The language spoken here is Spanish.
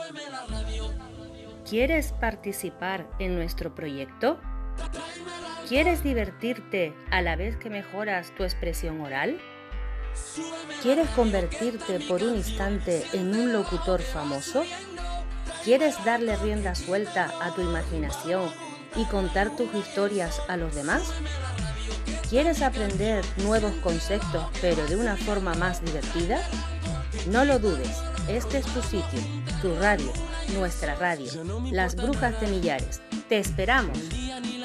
¿Quieres participar en nuestro proyecto? ¿Quieres divertirte a la vez que mejoras tu expresión oral? ¿Quieres convertirte por un instante en un locutor famoso? ¿Quieres darle rienda suelta a tu imaginación y contar tus historias a los demás? ¿Quieres aprender nuevos conceptos pero de una forma más divertida? No lo dudes, este es tu sitio, tu radio, nuestra radio, Las Brujas de Millares. ¡Te esperamos!